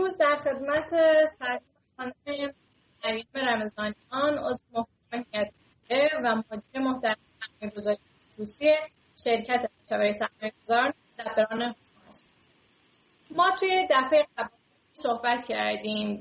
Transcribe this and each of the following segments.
امروز در خدمت سرکار خانم مریم رمضانیان عضو محترم هیئت و مدیر محترم سرمایه‌گذاری خصوصی شرکت مشاوره سرمایه‌گذاران مدبران هما هستیم. ما توی دفعه قبل صحبت کردیم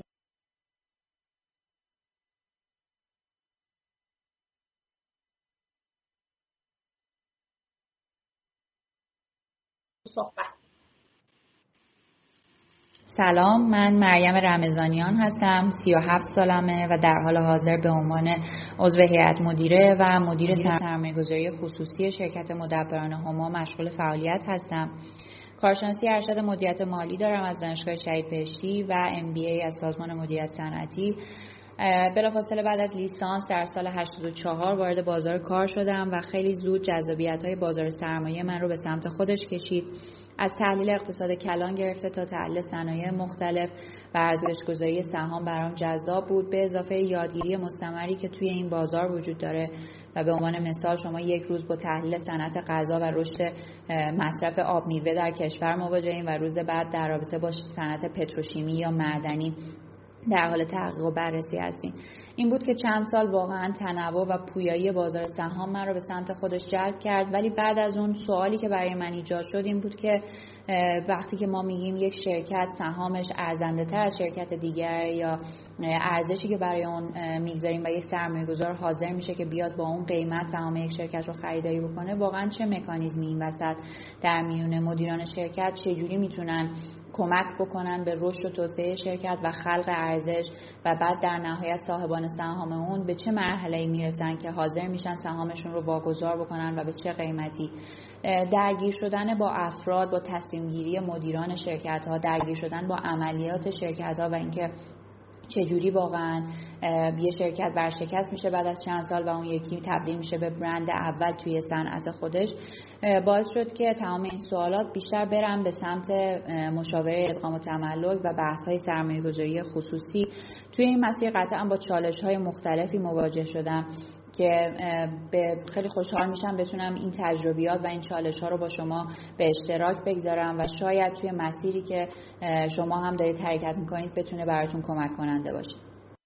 سلام، من مریم رمضانیان هستم. 37 سالمه و در حال حاضر به عنوان عضو هیئت مدیره و مدیر سرمایه‌گذاری خصوصی شرکت مدبران هما مشغول فعالیت هستم. کارشناسی ارشد مدیریت مالی دارم از دانشگاه شهید بهشتی و MBA از سازمان مدیریت صنعتی. بلافاصله بعد از لیسانس در سال 84 وارد بازار کار شدم و خیلی زود جذابیت‌های بازار سرمایه من رو به سمت خودش کشید. از تحلیل اقتصاد کلان گرفته تا تحلیل صنایع مختلف و ارزش‌گذاری سهام برام جذاب بود، به اضافه یادگیری مستمری که توی این بازار وجود داره. و به عنوان مثال شما یک روز با تحلیل صنعت غذا و رشد مصرف آب میوه در کشور مواجهین و روز بعد در رابطه با صنعت پتروشیمی یا معدنی در حال تحقیق و بررسی هستیم. این بود که چند سال واقعا تنوع و پویایی بازار سهام من رو به سمت خودش جلب کرد، ولی بعد از اون سوالی که برای من ایجاد شد این بود که وقتی که ما میگیم یک شرکت سهامش ارزنده تر از شرکت دیگر یا ارزشی که برای اون میگذاریم و یک سرمایه‌گذار حاضر میشه که بیاد با اون قیمت سهام یک شرکت رو خریداری بکنه، واقعا چه مکانیزمی این وسط در میون مدیران شرکت چجوری میتونن کمک بکنن به رشد و توسعه شرکت و خلق ارزش و بعد در نهایت صاحبان سهام اون به چه مرحله‌ای میرسن که حاضر میشن سهامشون رو واگذار بکنن و به چه قیمتی. درگیر شدن با افراد، با تصمیم گیری مدیران شرکت ها، درگیر شدن با عملیات شرکت ها و اینکه چجوری واقعا یه شرکت ورشکست میشه بعد از چند سال و اون یکی تبدیل میشه به برند اول توی صنعت خودش، باعث شد که تمام این سوالات بیشتر برم به سمت مشاوره ادغام و تملک و بحث‌های سرمایه‌گذاری خصوصی. توی این مسیر قطعا با چالش‌های مختلفی مواجه شدم که خیلی خوشحال میشم بتونم این تجربیات و این چالش‌ها رو با شما به اشتراک بگذارم و شاید توی مسیری که شما هم دارید حرکت میکنید بتونه براتون کمک کننده باشه.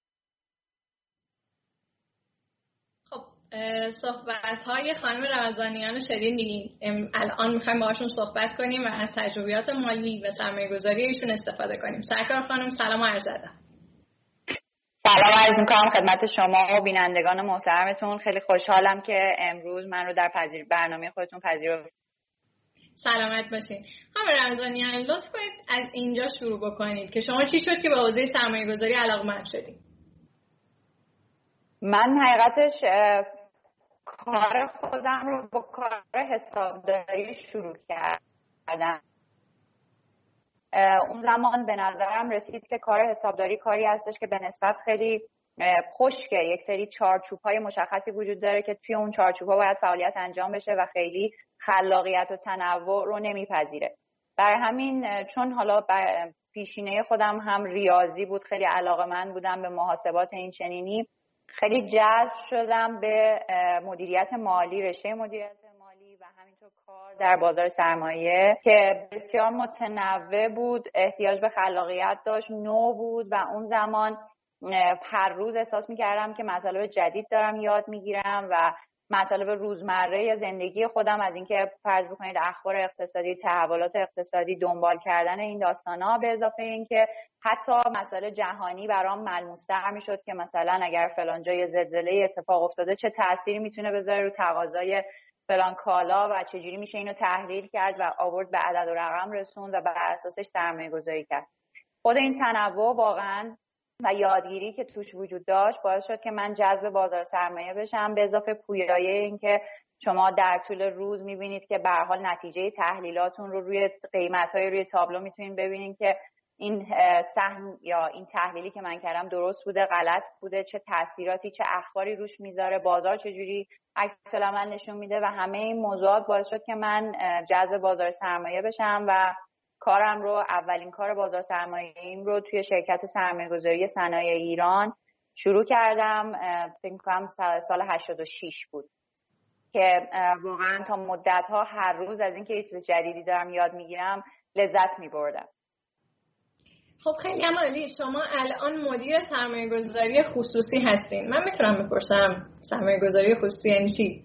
خب صحبت‌های خانم رمضانیان رو شنیدین. الان می‌خوایم باهاشون صحبت کنیم و از تجربیات مالی و سرمایه‌گذاری ایشون استفاده کنیم. سرکار خانم سلام عرض ادب. سلام عرض می‌کنم خدمت شما و بینندگان محترمتون. خیلی خوشحالم که امروز من رو در برنامه خودتون پذیرفتید. سلامت باشین. خانم رمضانیان لطف کنید از اینجا شروع بکنید که شما چی شد که به حوزه سرمایه‌گذاری علاقه‌مند شدید؟ من حقیقتش کار خودم رو با کار حسابداری شروع کردم. اون زمان به نظرم رسید که کار حسابداری کاری هستش که به نسبت خیلی خشکه. یک سری چارچوب‌های مشخصی وجود داره که توی اون چارچوب‌ها باید فعالیت انجام بشه و خیلی خلاقیت و تنوع رو نمیپذیره. برای همین چون حالا پیشینه خودم هم ریاضی بود، خیلی علاقه‌مند بودم به محاسبات این چنینی، خیلی جذب شدم به مدیریت مالی، رشته مدیریت مالی و همینطور کار در بازار سرمایه که بسیار متنوع بود، احتیاج به خلاقیت داشت، نو بود و اون زمان هر روز احساس می‌کردم که مطالب جدید دارم یاد می‌گیرم و مطالب روزمره زندگی خودم، از اینکه فرض بکنید اخبار اقتصادی، تحولات اقتصادی، دنبال کردن این داستانا، به اضافه اینکه حتی مسائل جهانی برام ملموس‌تر میشد که مثلا اگر فلان جای زلزله اتفاق افتاده چه تأثیری میتونه بذاره رو تقاضای فلان کالا و چجوری میشه اینو تحلیل کرد و آورد به عدد و رقم رسوند و بر اساسش سرمایه‌گذاری کرد. خود این تنوع واقعا و یادگیری که توش وجود داشت باعث شد که من جذب بازار سرمایه بشم، به اضافه پویایی این که شما در طول روز میبینید که به هر حال نتیجه تحلیلاتون رو روی قیمت‌های روی تابلو میتونید ببینید که این سهم یا این تحلیلی که من کردم درست بوده، غلط بوده، چه تأثیراتی، چه اخباری روش میذاره، بازار چجوری عکس العمل نشون میده و همه این موضوعات باعث شد که من جذب بازار سرمایه بشم و کارم رو، اولین کار بازار سرمایه‌ایم رو توی شرکت سرمایه‌گذاری صنایع ایران شروع کردم. فکر می‌کنم سال 86 بود که واقعا تا مدت‌ها هر روز از اینکه یه چیز جدیدی دارم یاد می‌گیرم لذت می‌بردم. خب خیلی عالی. شما الان مدیر سرمایه‌گذاری خصوصی هستین. من میتونم بپرسم سرمایه‌گذاری خصوصی یعنی چی؟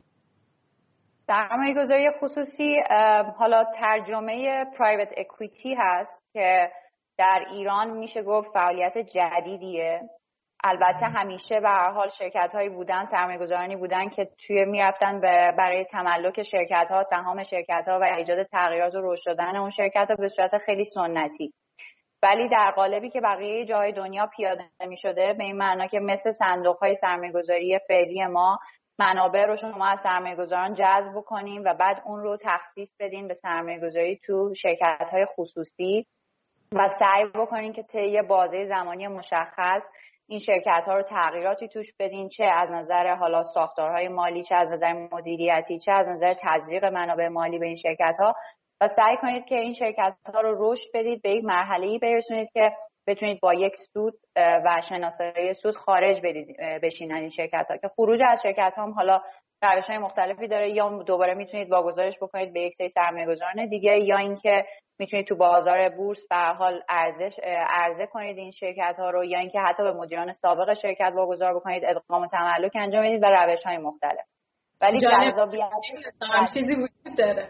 سرمایه‌گذاری خصوصی حالا ترجمه پرایوت اکویتی هست که در ایران میشه گفت فعالیت جدیدیه. البته همیشه به هر حال شرکت‌هایی بودن، سرمایه‌گذارانی بودن که میرفتن برای تملک شرکت‌ها، سهام شرکت‌ها و ایجاد تغییرات و رشد دادن اون شرکت‌ها به صورت خیلی سنتی. ولی در قالبی که بقیه جاهای دنیا پیاده می‌شده، به این معنا که مثل صندوق‌های سرمایه‌گذاری فعلی ما منابع رو شما از سرمایه‌گذاران جذب بکنین و بعد اون رو تخصیص بدین به سرمایه‌گذاری تو شرکت‌های خصوصی و سعی بکنین که طی یه بازه زمانی مشخص این شرکت‌ها رو تغییراتی توش بدین، چه از نظر حالا ساختارهای مالی، چه از نظر مدیریتی، چه از نظر تزریق منابع مالی به این شرکت‌ها و سعی کنید که این شرکت‌ها رو رشد بدید، به یک مرحله‌ای برسونید که بتونید با یک سود و شناسایی سود خارج بشینن این شرکت‌ها. که خروج از شرکت‌ها هم حالا روش‌های مختلفی داره، یا دوباره میتونید واگذارش بکنید به یک سری سرمایه‌گذاران دیگه، یا اینکه میتونید تو بازار بورس به هر حال عرضه کنید این شرکت‌ها رو، یا اینکه حتی به مدیران سابق شرکت واگذار بکنید، ادغام و تملک انجام بدید و روش‌های مختلف. ولی جذابیت چیزی وجود داره.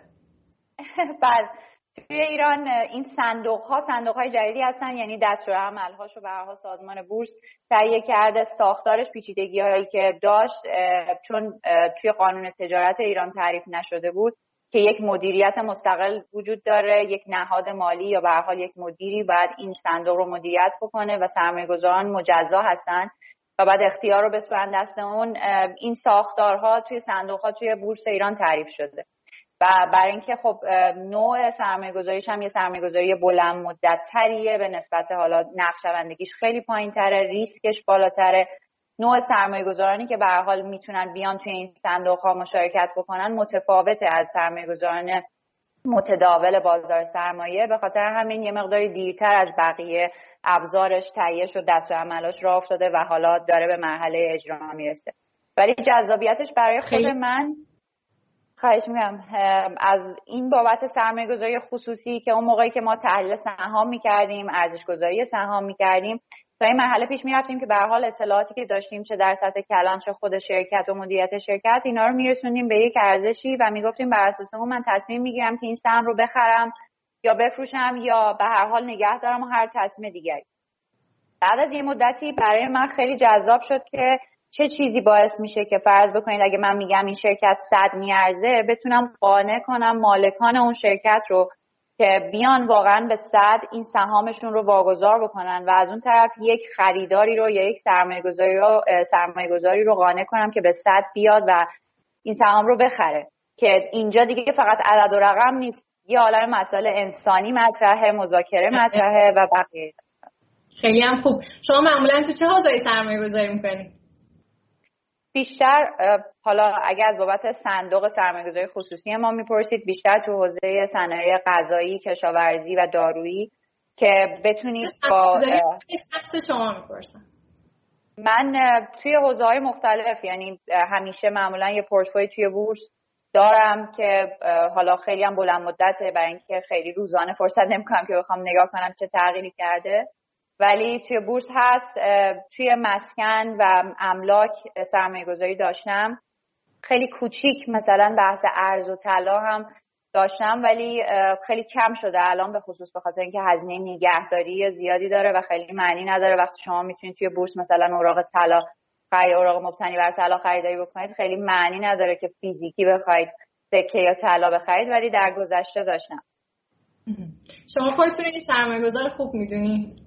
بله، توی ایران این صندوق‌های جدیدی هستن، یعنی دستورالعمل‌هاشو به هر حال سازمان بورس تهیه کرده. ساختارش پیچیدگی‌هایی که داشت چون توی قانون تجارت ایران تعریف نشده بود که یک مدیریت مستقل وجود داره، یک نهاد مالی یا به هر حال یک مدیری باید این صندوق رو مدیریت بکنه و سرمایه‌گذاران مجزا هستن و بعد اختیار رو بسپرن دست اون. این ساختارها توی صندوق‌ها توی بورس ایران تعریف شده و برای اینکه خب نوع سرمایه‌گذاریش هم یه سرمایه‌گذاری بلند مدت‌تریه، به نسبت حالا نقشه‌بندیش خیلی پایین‌تره، ریسکش بالاتره، نوع سرمایه‌گذارانی که به هر حال میتونن بیان توی این صندوق‌ها مشارکت بکنن متفاوته از سرمایه‌گذاران متداول بازار سرمایه. به خاطر همین یه مقداری دیرتر از بقیه ابزارش تهیه شد، دستورالعملاش راه افتاده و حالا داره به مرحله اجرا میرسه. ولی جذابیتش برای خود من، خواهش می‌کنم، از این بابت سرمایه‌گذاری خصوصی که اون موقعی که ما تحلیل سهام می‌کردیم، ارزش‌گذاری سهام می‌کردیم، تا این مرحله پیش می‌رفتیم که به هر حال اطلاعاتی که داشتیم چه در سطح کلان چه خود شرکت و مدیریت شرکت، اینا رو می‌رسوندیم به یک ارزشی و میگفتیم بر اساس اون من تصمیم می‌گیرم که این سهم رو بخرم یا بفروشم یا به هر حال نگه دارم و هر تصمیم دیگری. بعد از یه مدتی برای من خیلی جذاب شد که چه چیزی باعث میشه که فرض بکنید اگه من میگم این شرکت 100 میارزه، بتونم قانع کنم مالکان اون شرکت رو که بیان واقعا به 100 این سهامشون رو واگذار بکنن و از اون طرف یک خریداری رو یا یک سرمایه‌گذاری رو قانع کنم که به 100 بیاد و این سهام رو بخره. که اینجا دیگه فقط عدد و رقم نیست، یه عالم مسائل انسانی مطرحه، مذاکره مطرحه و بقیه. خیلی هم خوب. شما معمولا تو چه حوزه‌ای سرمایه‌گذاری می‌کنید؟ بیشتر حالا اگر از بابت صندوق سرمایه‌گذاری خصوصی ما میپرسید، بیشتر تو حوزه صنایع غذایی، کشاورزی و دارویی که بتونید با شخص شما میپرسم. من توی حوزه‌های مختلف، یعنی همیشه معمولا یه پورتفوی توی بورس دارم که حالا خیلی هم بلند مدته برای اینکه خیلی روزانه فرصت نمی‌کنم که بخوام نگاه کنم چه تغییری کرده، ولی توی بورس هست. توی مسکن و املاک سرمایه‌گذاری داشتم، خیلی کوچیک، مثلا بحث ارز و طلا هم داشتم ولی خیلی کم شده الان، به خصوص به خاطر اینکه هزینه نگهداری زیادی داره و خیلی معنی نداره وقتی شما میتونید توی بورس مثلا اوراق طلا اوراق مبتنی بر طلا خریداری بکنید، خیلی معنی نداره که فیزیکی بخواید سکه یا طلا بخرید، ولی در گذشته داشتم. شما خودتون این سرمایه‌گذار خوب میدونید؟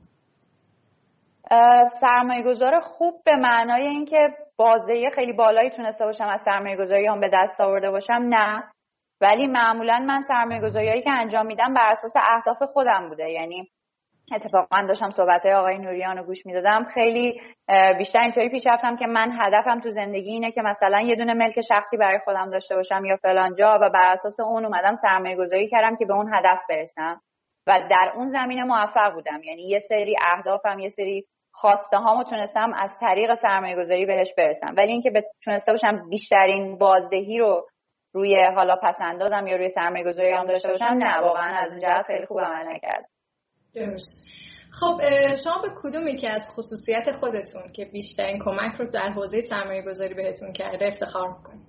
سرمایه‌گذار خوب به معنای اینکه بازده خیلی بالایی تونسته باشم از سرمایه‌گذاری هم به دست آورده باشم، نه، ولی معمولا من سرمایه‌گذاریایی که انجام میدم بر اساس اهداف خودم بوده. یعنی اتفاقا داشتم صحبت‌های آقای نوریان رو گوش میدادم، خیلی بیشتر اینطوری پیش رفتم که من هدفم تو زندگی اینه که مثلا یه دونه ملک شخصی برای خودم داشته باشم یا فلان جا و بر اساس اون اومدم سرمایه‌گذاری کردم که به اون هدف برسم و در اون زمینه موفق بودم. یعنی یه سری اهدافم، یه سری خواسته هامو تونستم از طریق سرمایه‌گذاری بهش برسم، ولی اینکه تونسته باشم بیشترین بازدهی رو روی حالا پسندازم یا روی سرمایه‌گذاری هم داشته باشم، نه، واقعا از اون جهت خیلی خوب عمل نکردم. درست. خب شما به کدوم یکی از خصوصیت خودتون که بیشترین کمک رو در حوزه سرمایه‌گذاری بهتون کرده افتخار میکنید؟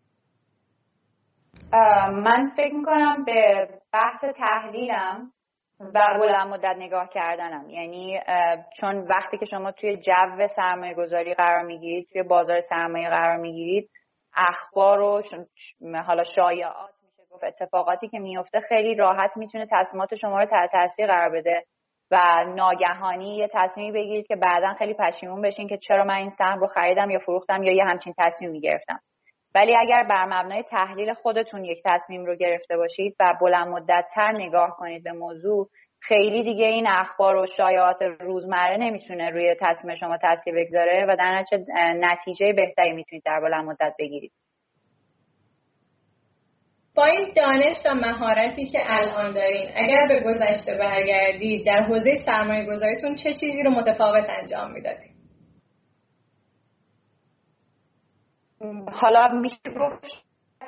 من فکر میکنم به بحث تحلیلم و بلند مدت نگاه کردنم. یعنی چون وقتی که شما توی جو سرمایه گذاری قرار میگیرید، توی بازار سرمایه قرار میگیرید، اخبار و حالا شایعات میشه گفت اتفاقاتی که میفته خیلی راحت میتونه تصمیمات شما رو تحت تاثیر قرار بده و ناگهانی یه تصمیمی بگیرید که بعداً خیلی پشیمون بشین که چرا من این سهم رو خریدم یا فروختم یا یه همچین تصمیمی گرفتم. ولی اگر بر مبنای تحلیل خودتون یک تصمیم رو گرفته باشید و بلند مدت‌تر نگاه کنید به موضوع، خیلی دیگه این اخبار و شایعات روزمره نمیتونه روی تصمیم شما تاثیر بگذاره و در نتیجه بهتری میتونید در بلند مدت بگیرید. با این دانش و مهارتی که الان دارین، اگر به گذشته برگردید در حوزه سرمایه گذاریتون چه چیزی رو متفاوت انجام میدادید؟ حالا میشه گفت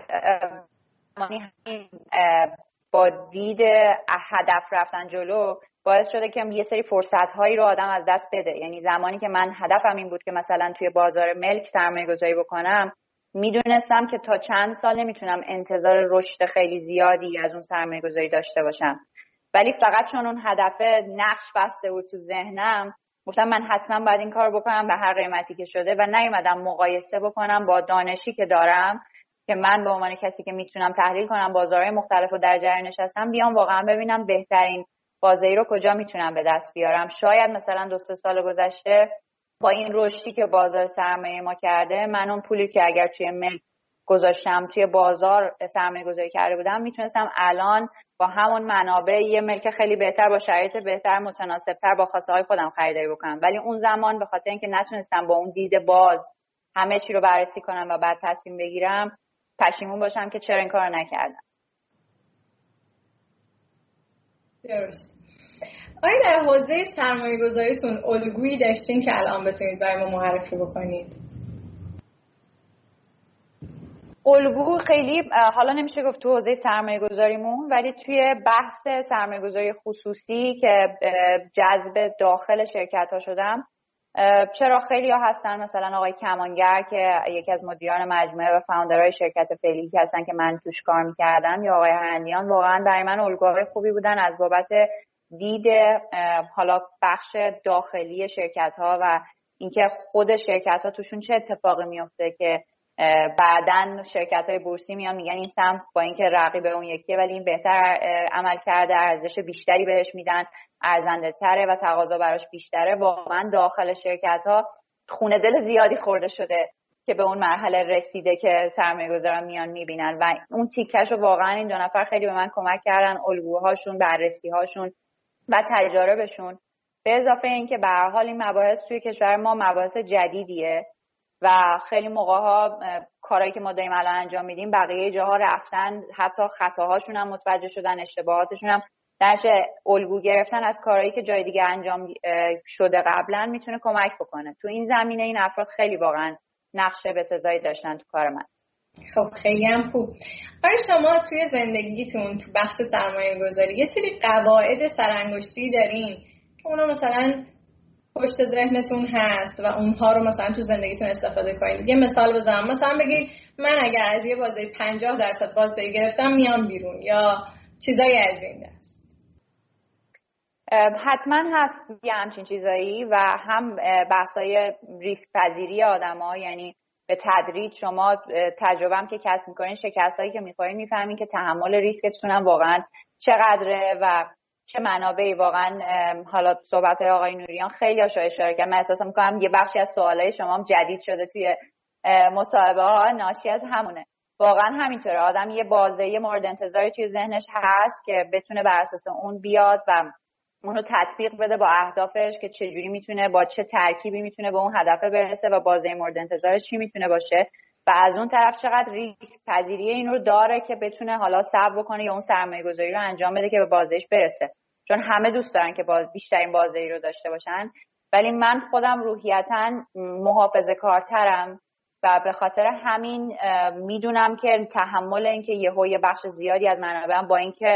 با دید هدف رفتن جلو باعث شده که یه سری فرصت‌هایی رو آدم از دست بده. یعنی زمانی که من هدفم این بود که مثلا توی بازار ملک سرمایه‌گذاری بکنم، میدونستم که تا چند سال نمیتونم انتظار رشد خیلی زیادی از اون سرمایه‌گذاری داشته باشم، ولی فقط چون اون هدف نقش بسته بود تو ذهنم، گفتم من حتما باید این کار بکنم به هر قیمتی که شده و نیومدم مقایسه بکنم با دانشی که دارم که من به عنوان کسی که میتونم تحلیل کنم بازارهای مختلف و در جریانش هستم، بیام واقعا ببینم بهترین بازاری رو کجا میتونم به دست بیارم. شاید مثلا 2-3 سال گذشته با این رشدی که بازار سرمایه ما کرده، من اون پولی که اگر توی ملک گذاشتم توی بازار سرمایه گذاری کرده بودم، میتونستم الان با همون منابع یه ملک خیلی بهتر با شرایط بهتر متناسبتر با خواسته های خودم خریداری بکنم. ولی اون زمان به خاطر اینکه نتونستم با اون دید باز همه چی رو بررسی کنم و بعد تصمیم بگیرم، پشیمون باشم که چرا این کارو نکردم. درست. آیا در حوزه سرمایه گذاریتون الگویی داشتین که الان بتونید برای ما معرفی بکنید؟ الگو خیلی حالا نمیشه گفت تو حوزه سرمایه گذاریمون، ولی توی بحث سرمایه گذاری خصوصی که جذب داخل شرکت ها شدم، چرا خیلی ها هستن مثلا آقای کمانگر که یکی از مدیران مجموعه و فاوندرهای شرکت فعلی هستن که من توش کار میکردم، یا آقای هندیان، واقعا برای من الگوهای خوبی بودن از بابت دید حالا بخش داخلی شرکت ها و اینکه خود شرکت ها توشون چه اتفاقی میفته که بعدن شرکت های بورسی میان میگن این سهم با اینکه رقیب اون یکیه ولی این بهتر عمل کرده، ارزش بیشتری بهش میدن، ارزنده تره و تقاضا براش بیشتره. واقعا داخل شرکت ها خونه دل زیادی خورده شده که به اون مرحله رسیده که سرمایه گذاران میان میبینن و اون تیکش رو واقعا این دو نفر خیلی به من کمک کردن، الگوهاشون، بررسی هاشون و تجاربشون. به اضافه اینکه به هر حال این مباحث توی کشور ما مباحث جدیدیه و خیلی موقع‌ها کارهایی که ما داریم الان انجام میدیم بقیه جاها رفتن، حتی خطاهاشون هم متوجه شدن، اشتباهاتشون هم، درچه الگو گرفتن از کارهایی که جای دیگه انجام شده قبلا میتونه کمک بکنه. تو این زمینه این افراد خیلی واقعا نقش بسزایی داشتن تو کار من. خب خیلی هم خوب. آیا شما توی زندگیتون تو بخش سرمایه گذاری یه سری قواعد سرانگشتی دارین که اونا مثلا پشت ذهنتون هست و اونها رو مثلا تو زندگیتون استفاده کنید؟ یه مثال بزنم، مثلا بگید من اگر از یه بازاری 50% بازدهی گرفتم میام بیرون، یا چیزایی از این دست. حتما هست یه همچین چیزایی و هم بحثای ریسک پذیری آدم‌ها، یعنی به تدریج شما تجربه هم که کسب می‌کنین، شکستایی که می‌خورین، می‌فهمین که تحمل ریسکتون هم واقعا چقدره و چه منابعی. واقعا حالا صحبت‌های آقای نوریان خیلی هاشو اشاره کردن. من احساس می‌کنم یه بخشی از سوالای شما هم جدید شده توی مصاحبه‌ها، ناشی از همونه. واقعا همینطوره، آدم یه بازه مورد انتظاری توی ذهنش هست که بتونه بر اساس اون بیاد و اونو تطبیق بده با اهدافش که چجوری میتونه با چه ترکیبی میتونه به اون هدف برسه و بازه مورد انتظارش چی میتونه باشه و از اون طرف چقدر ریسک پذیری این رو داره که بتونه حالا صبر بکنه یا اون سرمایه گذاری رو انجام بده که به بازدهیش برسه. چون همه دوست دارن که بیشترین بازدهی رو داشته باشن، ولی من خودم روحیتاً محافظه‌کارترم و به خاطر همین میدونم که تحمل این که یه بخش زیادی از منابعم با اینکه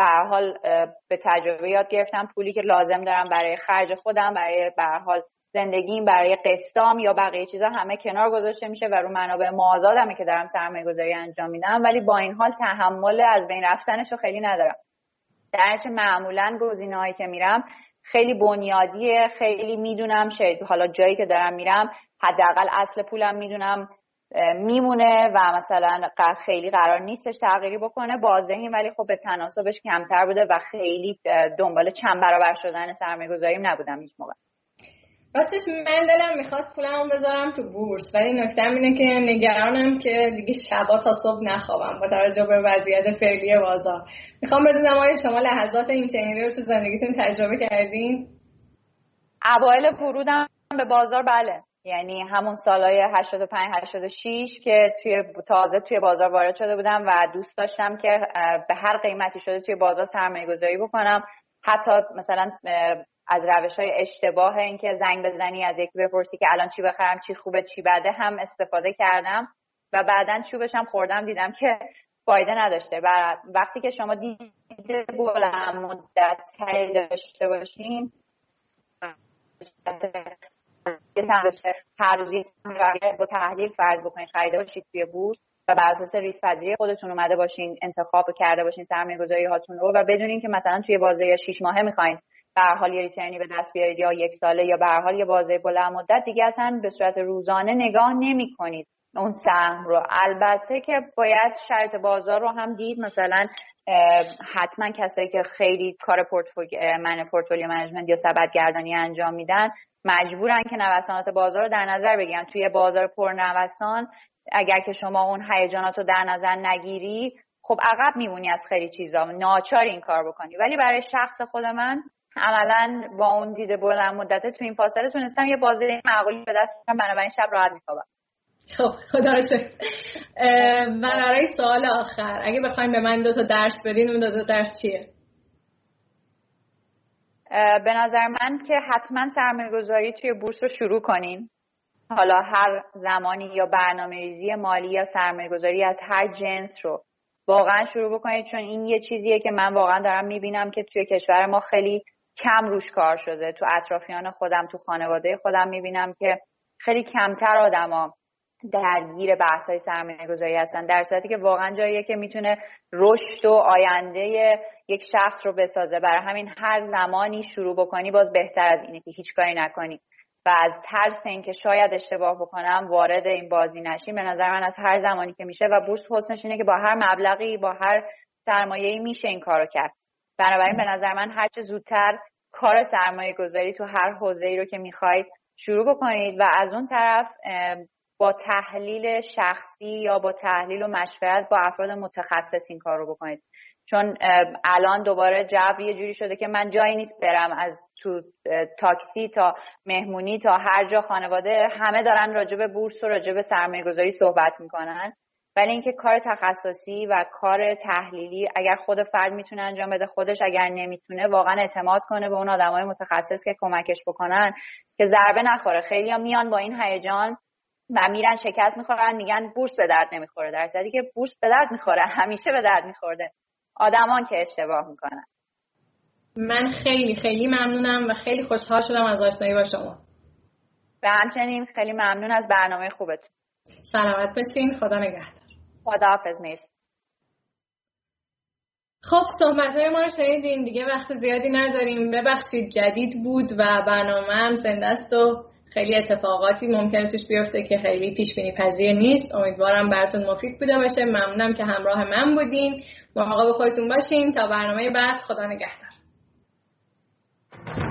به هر حال به تجربه یاد گرفتم پولی که لازم دارم برای خرج خودم، برای به هر حال زندگیم، برای قسطام یا بقیه چیزا همه کنار گذاشته میشه و رو منابع مازادمه که دارم سرمایه‌گذاری انجام میدم، ولی با این حال تحمل از بین رفتنشو خیلی ندارم. در نتیجه معمولاً گزینه‌هایی که میرم خیلی بنیادیه، خیلی میدونم حالا جایی که دارم میرم حداقل اصل پولم میدونم میمونه و مثلا خیلی قرار نیستش تغییری بکنه، واضحیم، ولی خب به تناسبش کمتر بوده و خیلی دنبال چند برابر شدن سرمایه‌گذاریم نبودم هیچ موقع. راستش من دلم میخواد پولمو بذارم تو بورس، ولی نکته‌م اینه که نگرانم که دیگه شبا تا صبح نخوابم با توجه به وضعیت فعلی بازار. میخوام بدونم آیا شما لحظات این چنینی رو تو زندگیتون تجربه کردین؟ اوایل ورودم به بازار بله، یعنی همون سالهای 85-86 که تازه توی بازار وارد شده بودم و دوست داشتم که به هر قیمتی شده توی بازار سرمایه‌گذاری بکنم. حتی مثلا از روش‌های اشتباه این که زنگ بزنی از یکی بپرسی که الان چی بخرم، چی خوبه چی بده هم استفاده کردم و بعداً چوبش هم خوردم، دیدم که فایده نداشته. و وقتی که شما دید بلند مدت داشته باشین هر روزی با تحلیل فرض بکنید خریده باشید توی بورس و بر اساس ریسک پذیری خودتون اومده باشین انتخاب کرده باشین سرمایه‌گذاری هاتون رو و بدونین که مثلا توی بازه 6 ماهه می‌خواید به هر حال یه ریترنی به دست بیارید یا 1 ساله یا به هر حال یه بازه بلند مدت، دیگه اصلا به صورت روزانه نگاه نمی‌کنید اون سهم رو. البته که باید شرط بازار رو هم دید، مثلا حتما کسایی که خیلی کار پورتفولیو منیجمنت یا سبدگردانی انجام میدن مجبورن که نوسانات بازار رو در نظر بگیرن. توی بازار پرنوسان اگر که شما اون هیجانات رو در نظر نگیری خب عقب میمونی از خیلی چیزا، ناچار این کار بکنی. ولی برای شخص خود من عملاً با اون دید بلند مدت تو این فاصله تونستم یه بازه معقولی به دست بیارم، بنابراین شب راحت میخوابم. خب خدا رو شکر. و برای سوال آخر اگه بخواید به من 2 تا درس بدین، اون 2 تا درس چیه؟ به نظر من که حتما سرمایه‌گذاری توی بورس رو شروع کنین. حالا هر زمانی یا برنامه‌ریزی مالی یا سرمایه‌گذاری از هر جنس رو واقعا شروع بکنید، چون این یه چیزیه که من واقعا دارم میبینم که توی کشور ما خیلی کم روش کار شده. تو اطرافیان خودم، تو خانواده خودم میبینم که خیلی کمتر آدما درگیر بحث‌های سرمایه‌گذاری هستن، در صورتی که واقعا جاییه که میتونه رشد و آینده یک شخص رو بسازه. برای همین هر زمانی شروع بکنی باز بهتر از اینه که هیچ کاری نکنی و از ترس اینکه شاید اشتباه بکنم وارد این بازی نشیم. به نظر من از هر زمانی که میشه، و بورس حسنش اینه که با هر مبلغی، با هر سرمایه‌ای میشه این کارو کرد. بنابراین به نظر من هر چه زودتر کار سرمایه‌گذاری تو هر حوزه‌ای رو که می‌خواید شروع بکنید و از اون طرف با تحلیل شخصی یا با تحلیل و مشورت با افراد متخصص این کار رو بکنید. چون الان دوباره جو یه جوری شده که من جایی نیست برم، از تو تاکسی تا مهمونی تا هر جا خانواده همه دارن راجع به بورس و راجع به سرمایه‌گذاری صحبت میکنن، ولی اینکه کار تخصصی و کار تحلیلی اگر خود فرد میتونه انجام بده خودش، اگر نمیتونه واقعا اعتماد کنه به اون آدمای متخصص که کمکش بکنن که ضربه نخوره. خیلی‌ها میان با این هیجان و میرن شکست میخورن، میگن بورس به درد نمیخوره، در صورتی که بورس به درد میخوره، همیشه به درد میخورده. آدمان که اشتباه میکنن. من خیلی خیلی ممنونم و خیلی خوشحال شدم از آشنایی با شما. به همچنین خیلی ممنون از برنامه خوبتون. سلامت باشین. خدا نگهدار. خداحافظ. مرسی. خب صحبت‌های ما رو شنیدین دیگه، وقت زیادی نداریم. ببخشید جدید بود و برنامه هم زنده است و خیلی اتفاقاتی ممکنه توش بیفته که خیلی پیش بینی پذیر نیست. امیدوارم براتون مفید بوده باشه. ممنونم که همراه من بودین. مراقب خودتون باشین تا برنامه بعد. خدا نگهدار.